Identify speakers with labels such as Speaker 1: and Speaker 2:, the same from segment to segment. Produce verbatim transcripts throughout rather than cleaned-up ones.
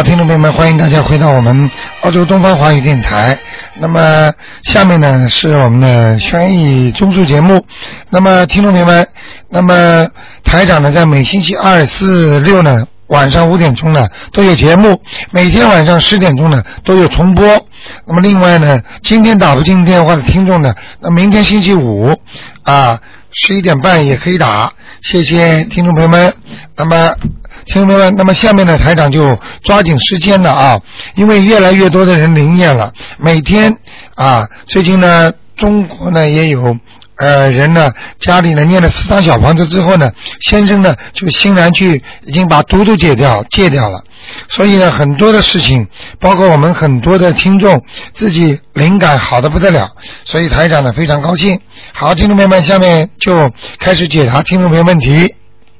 Speaker 1: 好，听众朋友们，欢迎大家回到我们澳洲东方华语电台。那么下面呢是我们的悬疑综述节目。那么听众朋友们，那么台长呢在每星期二、四、六呢晚上五点钟呢都有节目，每天晚上十点钟呢都有重播。那么另外呢，今天打不进电话的听众呢，那明天星期五啊十一点半也可以打。谢谢听众朋友们。那么听众朋友们，那么下面呢台长就抓紧时间了啊，因为越来越多的人灵验了，每天啊，最近呢中国呢也有呃人呢家里呢念了四张小房子之后呢，先生呢就欣然去已经把毒都戒掉戒掉了，所以呢很多的事情，包括我们很多的听众自己灵感好的不得了，所以台长呢非常高兴。好，听众朋友们，下面就开始解答听众朋友问题。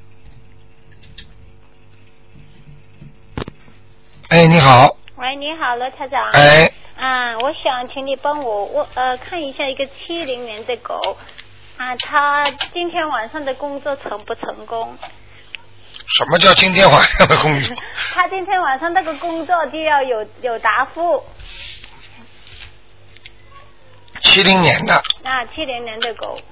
Speaker 1: 哎，你好。
Speaker 2: 喂，你好，罗台长。
Speaker 1: 哎。
Speaker 2: 啊，我想请你帮我我呃看一下一个七零年的狗，啊，他今天晚上的工作成不成功？
Speaker 1: 什么叫今天晚上的工作？
Speaker 2: 他今天晚上那个工作就要有有答复。
Speaker 1: 七零年的。
Speaker 2: 啊，七零年的狗。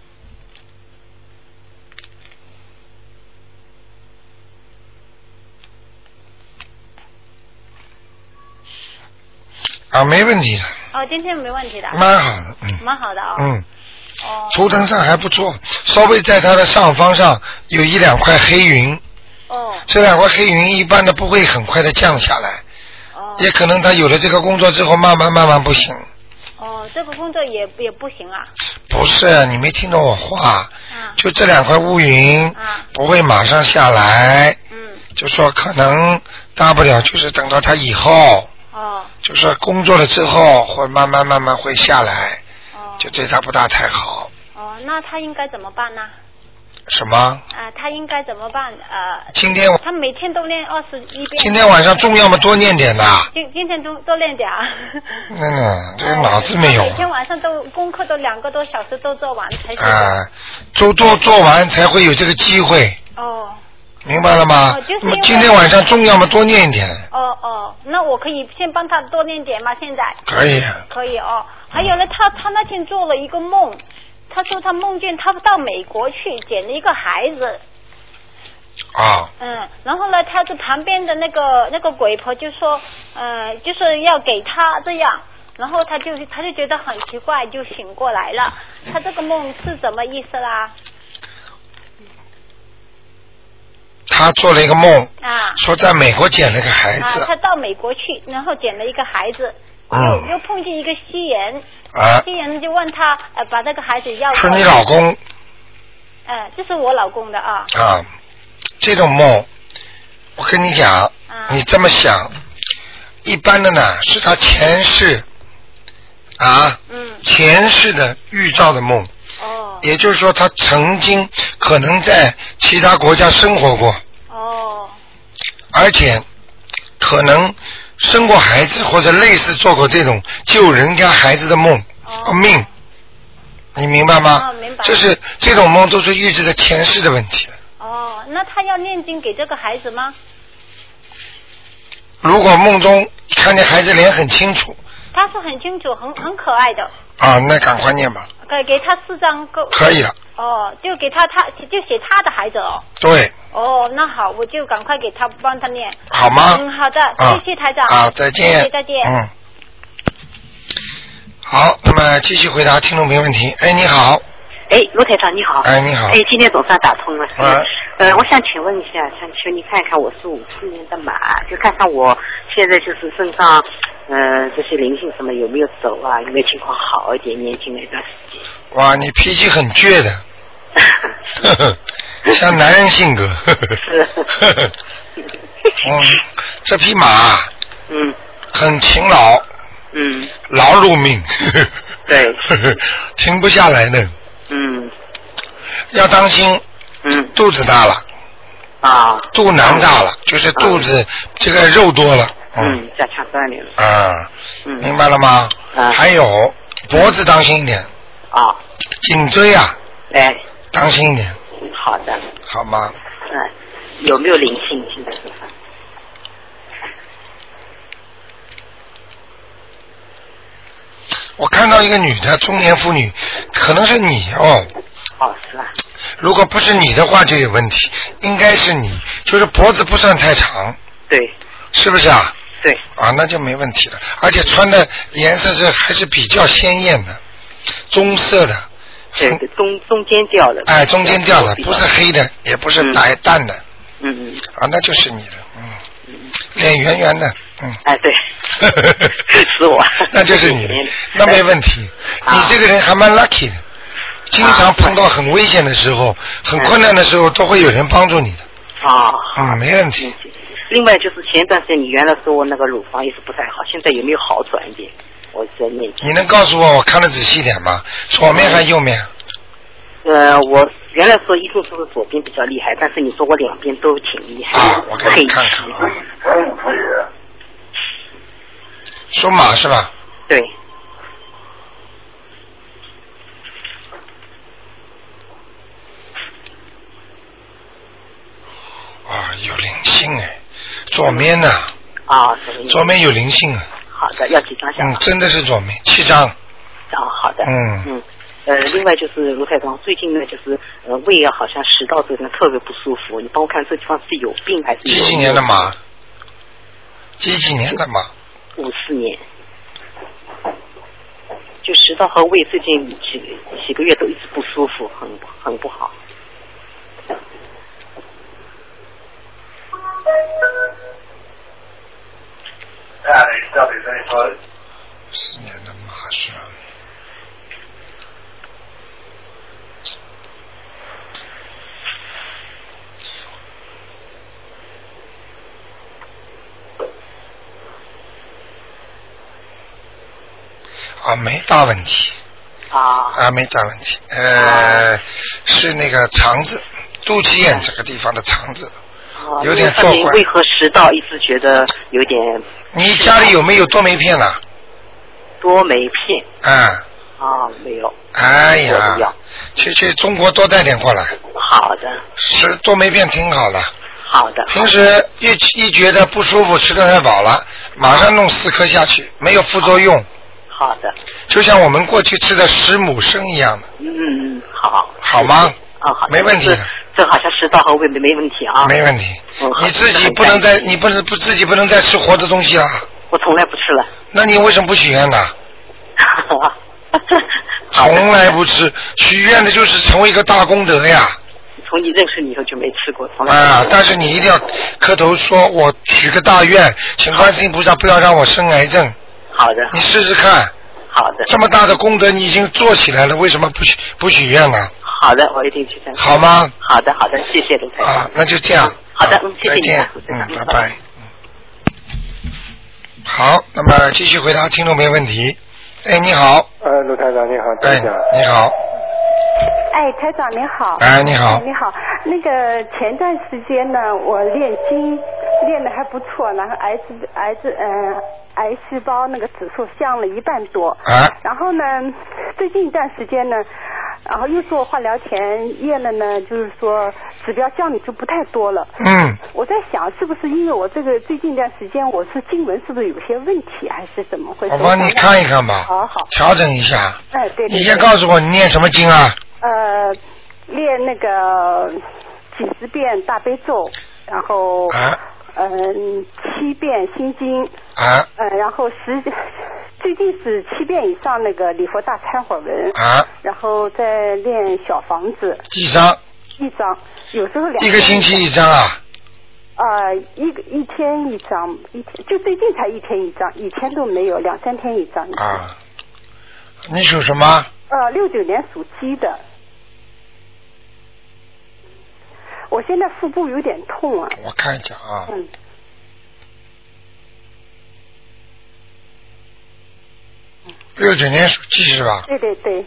Speaker 1: 啊，没问题的。
Speaker 2: 哦，今天没问题的。
Speaker 1: 蛮好的，嗯。
Speaker 2: 蛮好的哦。
Speaker 1: 嗯。
Speaker 2: 哦。
Speaker 1: 图腾上还不错，稍微在它的上方上有一两块黑云。
Speaker 2: 哦。
Speaker 1: 这两块黑云一般的不会很快的降下来。哦。也可能他有了这个工作之后，慢慢慢慢不行。
Speaker 2: 哦，这个工作也也不行啊。
Speaker 1: 不是，你没听懂我话。啊。就这两块乌云。啊。不会马上下来。嗯。就说可能大不了就是等到他以后。哦，就是工作了之后会慢慢慢慢会下来，哦，就对他不大太好。
Speaker 2: 哦，那他应该怎么办呢？
Speaker 1: 什么？
Speaker 2: 啊、呃，他应该怎么办？呃，
Speaker 1: 今天
Speaker 2: 他每天都练二十一遍。
Speaker 1: 今天晚上重要嘛，多念点啦。
Speaker 2: 今今天多多练点啊。
Speaker 1: 那那这个脑子没有、啊。
Speaker 2: 每天晚上都功课都两个多小时都做完才行。
Speaker 1: 啊，都都做完才会有这个机会。哦。明白了吗？
Speaker 2: 哦，就是
Speaker 1: 那么今天晚上重要嘛，多念一点。
Speaker 2: 哦哦，那我可以先帮他多念点吗？现在
Speaker 1: 可以。
Speaker 2: 可以哦。还有呢，他他那天做了一个梦，他说他梦见他到美国去捡了一个孩子。
Speaker 1: 啊。
Speaker 2: 嗯，然后呢，他的旁边的那个那个鬼婆就说，呃，就是要给他这样，然后他就他就觉得很奇怪，就醒过来了。他这个梦是什么意思啦？
Speaker 1: 他做了一个梦，
Speaker 2: 啊，
Speaker 1: 说在美国捡了个孩子。
Speaker 2: 啊，他到美国去，然后捡了一个孩子，
Speaker 1: 嗯、
Speaker 2: 又又碰见一个西人，
Speaker 1: 啊，
Speaker 2: 西人就问他，呃，把这个孩子要过来。
Speaker 1: 是你老公？
Speaker 2: 呃，这是我老公的啊。
Speaker 1: 啊，这种梦，我跟你讲，啊、你这么想，一般的呢是他前世，啊，嗯，前世的预兆的梦。哦，也就是说他曾经可能在其他国家生活过。哦，而且可能生过孩子或者类似做过这种救人家孩子的梦。哦，命，你明白吗？
Speaker 2: 哦，明白。
Speaker 1: 就是这种梦都是预知的前世的问题。
Speaker 2: 哦，那他要念经给这个孩子吗？
Speaker 1: 如果梦中看见孩子脸很清楚。
Speaker 2: 他是很清楚，很很可爱的。
Speaker 1: 啊，那赶快念吧。
Speaker 2: 给给他四张够。
Speaker 1: 可以了。
Speaker 2: 哦，就给他他就写他的孩子哦。
Speaker 1: 对。
Speaker 2: 哦，那好，我就赶快给他帮他念。
Speaker 1: 好吗？
Speaker 2: 嗯，好的，
Speaker 1: 啊、
Speaker 2: 谢谢台长。
Speaker 1: 啊，再见。
Speaker 2: 谢谢，再见。
Speaker 1: 嗯。好，那么继续回答听众朋友问题。哎，你好。
Speaker 3: 哎，罗台长你好。
Speaker 1: 哎，你好。
Speaker 3: 哎，今天总算打通了。
Speaker 1: 嗯。
Speaker 3: 呃，我想请问一下，想求你看一看，我是五四年的马，就看看我现在就是身上，呃，这些灵性什么有没有走啊？有没有情况好一点？年轻的一段时间。
Speaker 1: 哇，你脾气很倔的。呵呵，像男人性格。
Speaker 3: 是。
Speaker 1: 嗯，这匹马。
Speaker 3: 嗯。
Speaker 1: 很勤劳。
Speaker 3: 嗯。
Speaker 1: 劳碌命。
Speaker 3: 对。
Speaker 1: 停不下来的。
Speaker 3: 嗯。
Speaker 1: 要当心。
Speaker 3: 嗯。
Speaker 1: 肚子大了。
Speaker 3: 啊。
Speaker 1: 肚腩大了，就是肚子、嗯、这个肉多了。
Speaker 3: 嗯，加强锻炼了。
Speaker 1: 啊。嗯。明白了吗？啊。还有脖子当心一点。
Speaker 3: 啊。
Speaker 1: 颈椎啊。
Speaker 3: 哎。
Speaker 1: 当心一点。
Speaker 3: 好的。
Speaker 1: 好吗？
Speaker 3: 嗯。有没有灵性现在身上？
Speaker 1: 我看到一个女的中年妇女，可能是你哦。
Speaker 3: 哦，是啊。
Speaker 1: 如果不是你的话就有问题，应该是你，就是脖子不算太长。
Speaker 3: 对。
Speaker 1: 是不是啊？
Speaker 3: 对。
Speaker 1: 啊，那就没问题了。而且穿的颜色是还是比较鲜艳的，棕色的。
Speaker 3: 对对，中中间调的。
Speaker 1: 哎，中间调的，不是黑的，也不是白淡的。
Speaker 3: 嗯嗯。
Speaker 1: 啊，那就是你的，嗯。脸圆圆的，嗯。
Speaker 3: 哎，对。是我。
Speaker 1: 那就是你的，那没问题。你这个人还蛮 lucky 的，经常碰到很危险的时候、很困难的时候，都会有人帮助你的。
Speaker 3: 啊。
Speaker 1: 嗯，没问题。
Speaker 3: 另外就是前段时间你原来说我那个乳房也是不太好，现在有没有好转一点？我在那。
Speaker 1: 你能告诉我，我看得仔细点吗？左面还是右面？
Speaker 3: 呃，我原来说医生说是左边比较厉害，但是你说我两边都挺厉害。
Speaker 1: 啊，我给你看看啊。属马是吧？
Speaker 3: 对。
Speaker 1: 啊，有灵性哎，左面呢？
Speaker 3: 啊，
Speaker 1: 左面有灵性啊。
Speaker 3: 好的，要几张小？
Speaker 1: 嗯，真的是左面，七张。
Speaker 3: 哦，好的。
Speaker 1: 嗯。
Speaker 3: 嗯。呃，另外就是卢台长，最近呢就是呃胃啊好像食道这边特别不舒服，你帮我看这地方是有病还是有？
Speaker 1: 几几年的马？几几年的马？
Speaker 3: 五四年。就食道和胃最近几几个月都一直不舒服，很很不好。
Speaker 1: 四年的马是吧？啊，没大问题。
Speaker 3: 啊。
Speaker 1: 啊，没大问题。呃，啊、是那个肠子，肚脐眼这个地方的肠子。
Speaker 3: 啊、
Speaker 1: 有点作怪。
Speaker 3: 胃和食道一直觉得有点。
Speaker 1: 你家里有没有多酶片呢、啊？
Speaker 3: 多酶片。
Speaker 1: 嗯。
Speaker 3: 啊，没有。
Speaker 1: 哎呀，去去中国多带点过来。
Speaker 3: 好的。
Speaker 1: 吃多酶片挺好的。
Speaker 3: 好的。
Speaker 1: 平时一一觉得不舒服，吃的太饱了，马上弄四颗下去，没有副作用。
Speaker 3: 好的。
Speaker 1: 就像我们过去吃的十母生一样的。
Speaker 3: 嗯嗯，好。
Speaker 1: 好吗？
Speaker 3: 啊，好的。
Speaker 1: 没问题的。
Speaker 3: 这好像食道和胃没没问题啊。
Speaker 1: 没问题。
Speaker 3: 嗯、
Speaker 1: 你自己不能再，你不能不自己不能再吃活的东西啊。
Speaker 3: 我从来不吃了。
Speaker 1: 那你为什么不许愿呢？从来不吃，许愿的就是成为一个大功德呀。
Speaker 3: 从你认识你以后就没吃过，从来。
Speaker 1: 啊！但是你一定要磕头说，我许个大愿，请观世音菩萨不要让我生癌症。
Speaker 3: 好的。
Speaker 1: 你试试看。
Speaker 3: 好的。
Speaker 1: 这么大的功德你已经做起来了，为什么不许不许愿呢？
Speaker 3: 好的，我一定去参加。
Speaker 1: 好吗？
Speaker 3: 好的，好的，谢谢卢台长。
Speaker 1: 啊，那就这样。
Speaker 3: 好的，嗯，谢谢你。
Speaker 1: 再见，嗯，拜拜。好，那么继续回答听众朋友问题。哎，你好。
Speaker 4: 呃，卢台长你好，
Speaker 1: 哎，你好。
Speaker 5: 哎，台长你好。
Speaker 1: 哎，你好。
Speaker 5: 你好，那个前段时间呢，我练经练得还不错，然后癌症癌症嗯、呃、癌细胞那个指数降了一半多。
Speaker 1: 啊。
Speaker 5: 然后呢，最近一段时间呢，然后又做化疗前验了呢，就是说指标降的就不太多了。
Speaker 1: 嗯。
Speaker 5: 我在想，是不是因为我这个最近一段时间我是经文是不是有些问题，还是怎么回事？
Speaker 1: 我帮你看一看吧。
Speaker 5: 好好。
Speaker 1: 调整一下。
Speaker 5: 哎，对对对。
Speaker 1: 你先告诉我你念什么经啊？
Speaker 5: 呃，练那个几十遍大悲咒，然后
Speaker 1: 啊，
Speaker 5: 嗯，七遍心经
Speaker 1: 啊，
Speaker 5: 呃，然后十最近是七遍以上那个礼佛大忏悔文
Speaker 1: 啊，
Speaker 5: 然后再练小房子
Speaker 1: 几张？
Speaker 5: 一张，有时候两
Speaker 1: 一个星期一张啊？
Speaker 5: 呃，一个一天一张，一天就最近才一天一张，以前都没有，两三天一张。
Speaker 1: 啊，你属什么？
Speaker 5: 呃，六九年属鸡的。我现在腹部有点痛啊。
Speaker 1: 我看一下啊。
Speaker 5: 嗯。
Speaker 1: 六九年属鸡是吧？
Speaker 5: 对对对。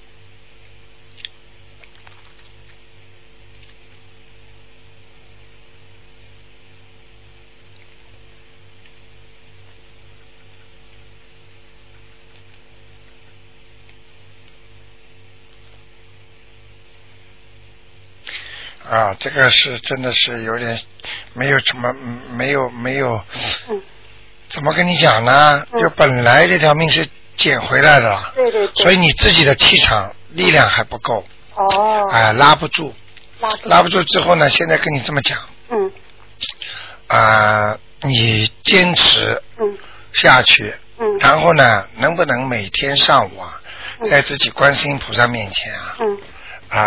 Speaker 1: 啊，这个是真的是有点没有什么没有没有，
Speaker 5: 嗯，
Speaker 1: 怎么跟你讲呢？
Speaker 5: 嗯、
Speaker 1: 就本来这条命是捡回来的了。
Speaker 5: 对对对。
Speaker 1: 所以你自己的气场力量还不够。
Speaker 5: 哦。
Speaker 1: 哎、呃，拉不住。
Speaker 5: 拉不住。
Speaker 1: 拉不住之后呢，现在跟你这么讲。
Speaker 5: 嗯。
Speaker 1: 啊、呃，你坚持。
Speaker 5: 嗯。
Speaker 1: 下去。
Speaker 5: 嗯。
Speaker 1: 然后呢，能不能每天上午啊，嗯、在自己观世音菩萨面前啊。
Speaker 5: 嗯。
Speaker 1: 啊、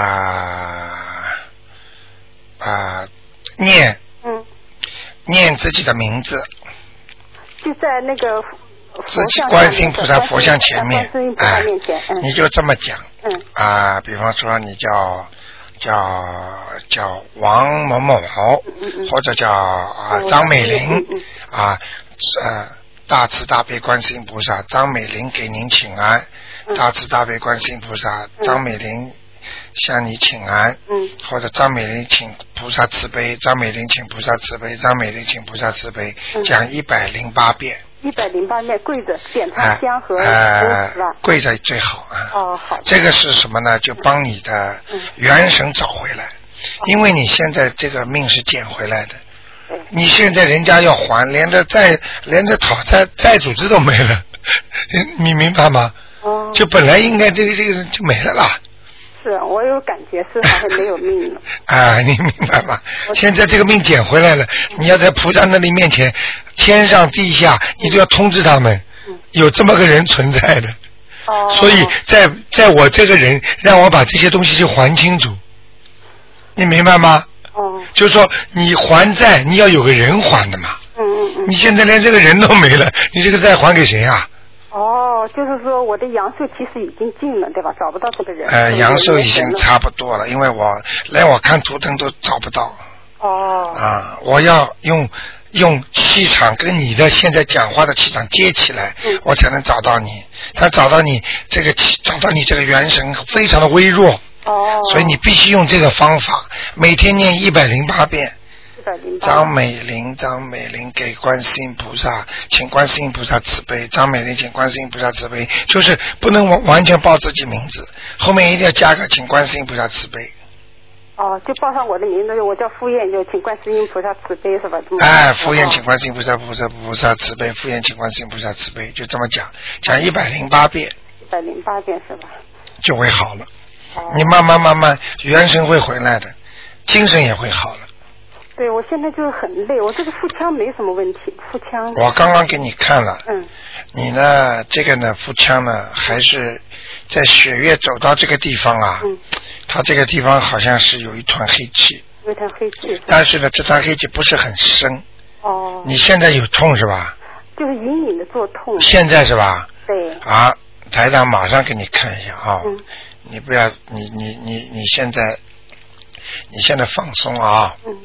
Speaker 1: 呃、啊、呃，念。
Speaker 5: 嗯。念
Speaker 1: 自己的名字。
Speaker 5: 就在那个。
Speaker 1: 自己观世音菩萨佛像前面，
Speaker 5: 哎，
Speaker 1: 嗯、你就这么讲，
Speaker 5: 嗯，
Speaker 1: 啊，比方说你叫叫叫王某某，
Speaker 5: 嗯嗯、
Speaker 1: 或者叫啊张美玲，嗯、啊呃大慈大悲观世音菩萨张美玲给您请安，
Speaker 5: 嗯、
Speaker 1: 大慈大悲观世音菩萨张美玲向你请安，
Speaker 5: 嗯，
Speaker 1: 或者张美玲请菩萨慈悲，张美玲请菩萨慈悲，张美玲请菩萨慈悲，
Speaker 5: 嗯、
Speaker 1: 讲一百零八遍。
Speaker 5: 一百零八遍跪着点他香和
Speaker 1: 呃跪着最好啊。
Speaker 5: 哦，好。
Speaker 1: 这个是什么呢？就帮你的元神找回来，
Speaker 5: 嗯、
Speaker 1: 因为你现在这个命是捡回来的。
Speaker 5: 嗯、
Speaker 1: 你现在人家要还，连着债，连着讨债债主子都没了，你明白吗？
Speaker 5: 哦。
Speaker 1: 就本来应该这个这个人就没了啦。
Speaker 5: 是我有感觉是好像没有命了。
Speaker 1: 啊，你明白吗？现在这个命捡回来了，你要在菩萨那里面前，天上地下，你都要通知他们，
Speaker 5: 嗯、
Speaker 1: 有这么个人存在的。
Speaker 5: 哦。
Speaker 1: 所以在在我这个人，让我把这些东西就还清楚，你明白吗？
Speaker 5: 哦。
Speaker 1: 就是说你还债，你要有个人还的嘛。
Speaker 5: 嗯嗯嗯。
Speaker 1: 你现在连这个人都没了，你这个债还给谁啊？
Speaker 5: 哦，就是说我的阳寿其实已经尽了，对吧？找不到这个人。
Speaker 1: 呃，阳寿已经差不多了，因为我连我看图腾都找不到。
Speaker 5: 哦。
Speaker 1: 啊，我要用用气场跟你的现在讲话的气场接起来，
Speaker 5: 嗯、
Speaker 1: 我才能找到你。才找到你这个找到你这个元神非常的微弱。
Speaker 5: 哦。
Speaker 1: 所以你必须用这个方法，每天念一百零八遍。张美玲，张美玲给观世音菩萨，请观世音菩萨慈悲。张美玲，请观世音菩萨慈悲，就是不能完完全报自己名字，后面一定要加个请观世音菩萨慈悲。
Speaker 5: 哦，就报上我的名字，我叫敷衍，就请观世音菩萨慈悲，是吧？
Speaker 1: 哎，敷衍请观世音菩萨菩萨菩萨慈悲，敷衍请观世音菩萨慈悲，就这么讲，讲一百零八遍。
Speaker 5: 一百零八遍是吧？
Speaker 1: 就会好了。
Speaker 5: 哦、
Speaker 1: 你慢慢慢慢，元神会回来的，精神也会好了。
Speaker 5: 对，我现在就是很累，我这个腹腔没什么问题，腹腔。
Speaker 1: 我刚刚给你看了。
Speaker 5: 嗯。
Speaker 1: 你呢？这个呢，腹腔呢，还是在血液走到这个地方啊。
Speaker 5: 嗯。
Speaker 1: 它这个地方好像是有一团黑气。
Speaker 5: 有一团黑气。
Speaker 1: 但是呢，这团黑气不是很深。
Speaker 5: 哦。
Speaker 1: 你现在有痛是吧？
Speaker 5: 就是隐隐的作痛。
Speaker 1: 现在是吧？
Speaker 5: 对。
Speaker 1: 啊，台长马上给你看一下啊。
Speaker 5: 嗯。
Speaker 1: 你不要，你你你你现在，你现在放松啊。
Speaker 5: 嗯。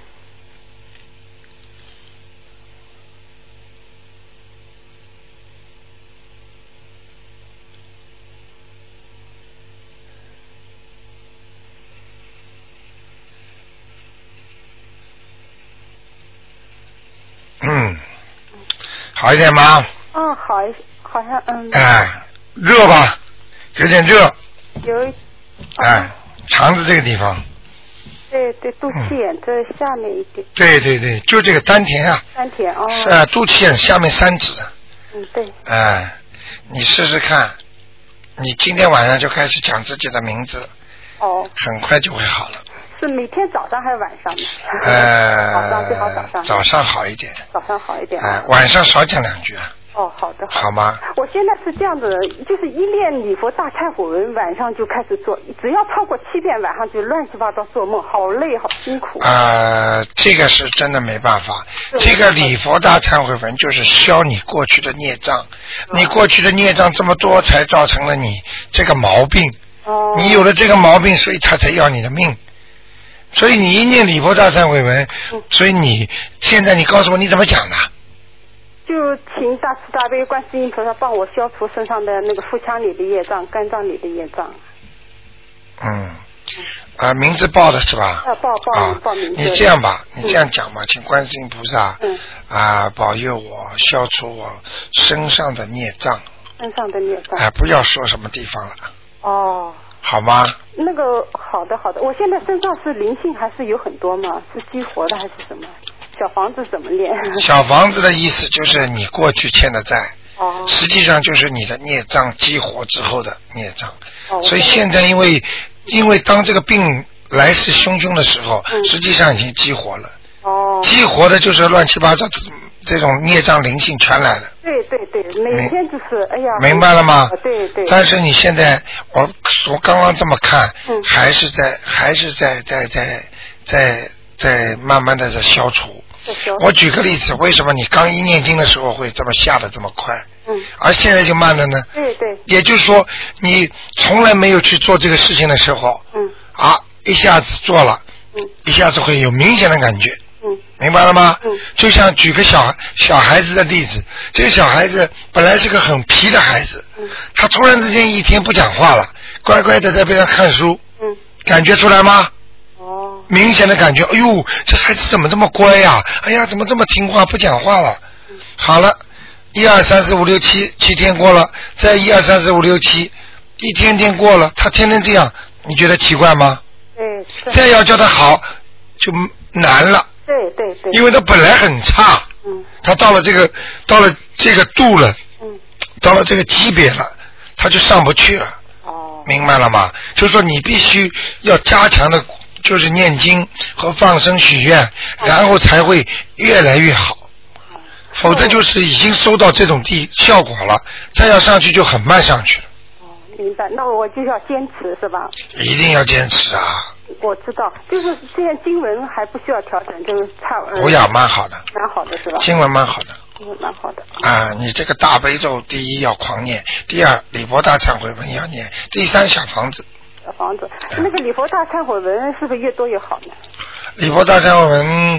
Speaker 1: 嗯，好一点吗？
Speaker 5: 嗯，好一，好像嗯。
Speaker 1: 哎，热吧，有点热。
Speaker 5: 有。哦、
Speaker 1: 哎，肠子这个地方。
Speaker 5: 对对，肚脐眼这下面一点。
Speaker 1: 对对对，就这个丹田啊。
Speaker 5: 丹田哦。
Speaker 1: 是啊，肚脐眼下面三指。
Speaker 5: 嗯，对。
Speaker 1: 哎，你试试看，你今天晚上就开始讲自己的名字。
Speaker 5: 哦。
Speaker 1: 很快就会好了。
Speaker 5: 是每天早上还是晚上呢？
Speaker 1: 呃，
Speaker 5: 早上最好早上。
Speaker 1: 早上好一点。
Speaker 5: 早上好一点。
Speaker 1: 哎、呃，晚上少讲两句啊。
Speaker 5: 哦，好的。
Speaker 1: 好吗？
Speaker 5: 我现在是这样子的，就是一念礼佛大忏悔文，晚上就开始做，只要超过七遍，晚上就乱七八糟做梦，好累，好辛苦。
Speaker 1: 呃，这个是真的没办法。这个礼佛大忏悔文就是消你过去的孽障，嗯、你过去的孽障这么多，才造成了你这个毛病。
Speaker 5: 哦。
Speaker 1: 你有了这个毛病，所以他才要你的命。所以你一念礼佛大忏悔文，
Speaker 5: 嗯、
Speaker 1: 所以你现在你告诉我你怎么讲的？
Speaker 5: 就请大慈大悲观世音菩萨帮我消除身上的那个腹腔里的业障、肝脏里的业障。
Speaker 1: 嗯，啊，名字报的是吧？
Speaker 5: 啊，报报、啊、报名字。
Speaker 1: 你这样吧，你这样讲吧，嗯、请观世音菩萨，
Speaker 5: 嗯，
Speaker 1: 啊，保佑我消除我身上的孽障。
Speaker 5: 身上的孽障。
Speaker 1: 哎，不要说什么地方了。
Speaker 5: 哦。
Speaker 1: 好吗？
Speaker 5: 那个好的好的，我现在身上是灵性还是有很多吗？是激活的还是什么？小房子怎么练？
Speaker 1: 小房子的意思就是你过去欠的债，
Speaker 5: 哦。
Speaker 1: 实际上就是你的孽障激活之后的孽障。
Speaker 5: 哦。
Speaker 1: 所以现在因为因为当这个病来势汹汹的时候，
Speaker 5: 嗯、
Speaker 1: 实际上已经激活了。
Speaker 5: 哦。
Speaker 1: 激活的就是乱七八糟的这种孽障灵性全来了。
Speaker 5: 对对对，每天就是哎呀。
Speaker 1: 明白了吗？
Speaker 5: 对对。
Speaker 1: 但是你现在，我我刚刚这么看，
Speaker 5: 嗯、
Speaker 1: 还是在还是在在在在在慢慢的在消除。我举个例子，为什么你刚一念经的时候会这么下的这么快？
Speaker 5: 嗯。
Speaker 1: 而现在就慢了呢？
Speaker 5: 对对。
Speaker 1: 也就是说，你从来没有去做这个事情的时候，
Speaker 5: 嗯。
Speaker 1: 啊，一下子做了，
Speaker 5: 嗯，
Speaker 1: 一下子会有明显的感觉。
Speaker 5: 嗯。
Speaker 1: 明白了吗？
Speaker 5: 嗯。
Speaker 1: 就像举个小小孩子的例子，这个小孩子本来是个很皮的孩子，
Speaker 5: 嗯，
Speaker 1: 他突然之间一天不讲话了，乖乖的在边上看书，
Speaker 5: 嗯，
Speaker 1: 感觉出来吗？
Speaker 5: 哦。
Speaker 1: 明显的感觉，哎呦，这孩子怎么这么乖呀、啊？哎呀，怎么这么听话，不讲话了？
Speaker 5: 嗯、
Speaker 1: 好了，一二三四五六七，七天过了，再一二三四五六七，一天天过了，他天天这样，你觉得奇怪吗？
Speaker 5: 对。
Speaker 1: 再要叫他好，就难了。
Speaker 5: 对对对。
Speaker 1: 因为他本来很差，
Speaker 5: 嗯，
Speaker 1: 他到了这个到了这个度了，
Speaker 5: 嗯，
Speaker 1: 到了这个级别了，他就上不去了。
Speaker 5: 哦。明
Speaker 1: 白了吗？就是说你必须要加强的，就是念经和放生许愿，然后才会越来越好。嗯、否则就是已经收到这种地效果了，再要上去就很慢上去了。
Speaker 5: 哦，明白。那我就要坚持是吧？
Speaker 1: 一定要坚持啊！
Speaker 5: 我知道，就是现在经文还不需要调整，就是差。
Speaker 1: 不要，蛮好的。
Speaker 5: 蛮好的是吧？
Speaker 1: 经文蛮好的。
Speaker 5: 经文蛮好的。
Speaker 1: 啊，你这个大悲咒，第一要狂念，第二礼佛大忏悔文要念，第三小房子。
Speaker 5: 小房子，那个礼佛大忏悔文是不是越多越好呢？
Speaker 1: 礼佛大忏悔文，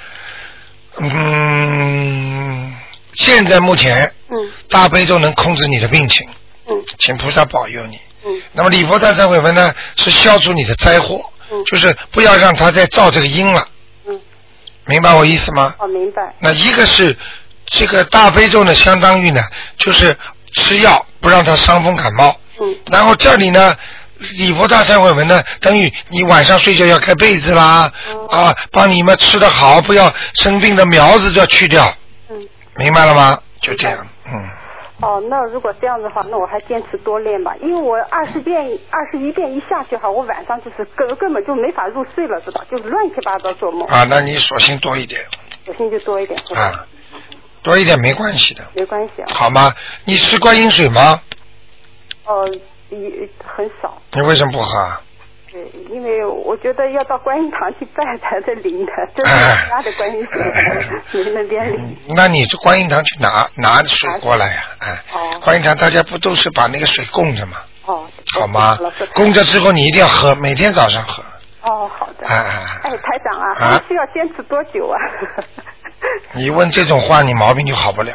Speaker 1: 嗯，现在目前，
Speaker 5: 嗯，
Speaker 1: 大悲咒能控制你的病情，
Speaker 5: 嗯，
Speaker 1: 请菩萨保佑你。
Speaker 5: 嗯，
Speaker 1: 那么礼佛大忏悔文呢，是消除你的灾祸。
Speaker 5: 嗯，
Speaker 1: 就是不要让他再造这个因了。
Speaker 5: 嗯，
Speaker 1: 明白我意思吗？
Speaker 5: 哦，明白。
Speaker 1: 那一个是这个大悲咒呢，相当于呢，就是吃药不让他伤风感冒。
Speaker 5: 嗯。
Speaker 1: 然后这里呢，礼佛大忏悔文呢，等于你晚上睡觉要盖被子啦，嗯、啊，帮你们吃得好，不要生病的苗子就要去掉。
Speaker 5: 嗯。
Speaker 1: 明白了吗？就这样，嗯。
Speaker 5: 哦，那如果这样的话，那我还坚持多练吧，因为我二十遍、二十一遍一下去哈，我晚上就是根根本就没法入睡了，知道？就是乱七八糟做梦。啊，
Speaker 1: 那你索性多一点。
Speaker 5: 索性就多一点。
Speaker 1: 啊，多一点没关系的。
Speaker 5: 没关系啊。
Speaker 1: 好吗？你吃观音水吗？
Speaker 5: 哦，也很少。
Speaker 1: 你为什么不喝啊？
Speaker 5: 对，因为我觉得要到观音堂去拜才是灵的，这是家的观音水，你那边灵。
Speaker 1: 那你去观音堂去拿拿水过来呀、啊，哎，
Speaker 5: 哦，
Speaker 1: 观音堂大家不都是把那个水供着吗？
Speaker 5: 哦，
Speaker 1: 好吗？供着之后你一定要喝，每天早上喝。
Speaker 5: 哦，好的。
Speaker 1: 哎
Speaker 5: 哎，台长啊，啊需要坚持多久啊？
Speaker 1: 你问这种话，你毛病就好不了。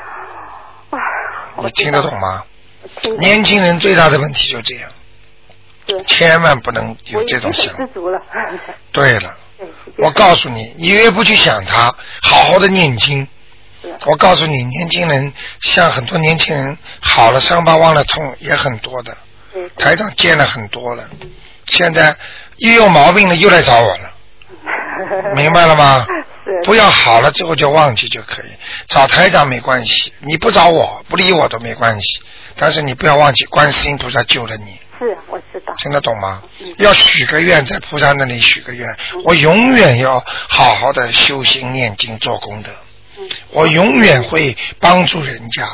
Speaker 1: 你听得懂吗？年轻人最大的问题就这样。千万不能有这种想法。对了，我告诉你，你越不去想他，好好的念经。我告诉你，年轻人像很多年轻人好了伤疤忘了痛也很多的。台长见了很多了，现在一有毛病了又来找我了，明白了吗？不要好了之后就忘记就可以，找台长没关系，你不找我不理我都没关系，但是你不要忘记观世音菩萨救了你。
Speaker 5: 是，我知道。听
Speaker 1: 得懂吗？嗯、要许个愿，在菩萨那里许个愿，嗯、我永远要好好的修心念经做功德，嗯、我永远会帮助人家，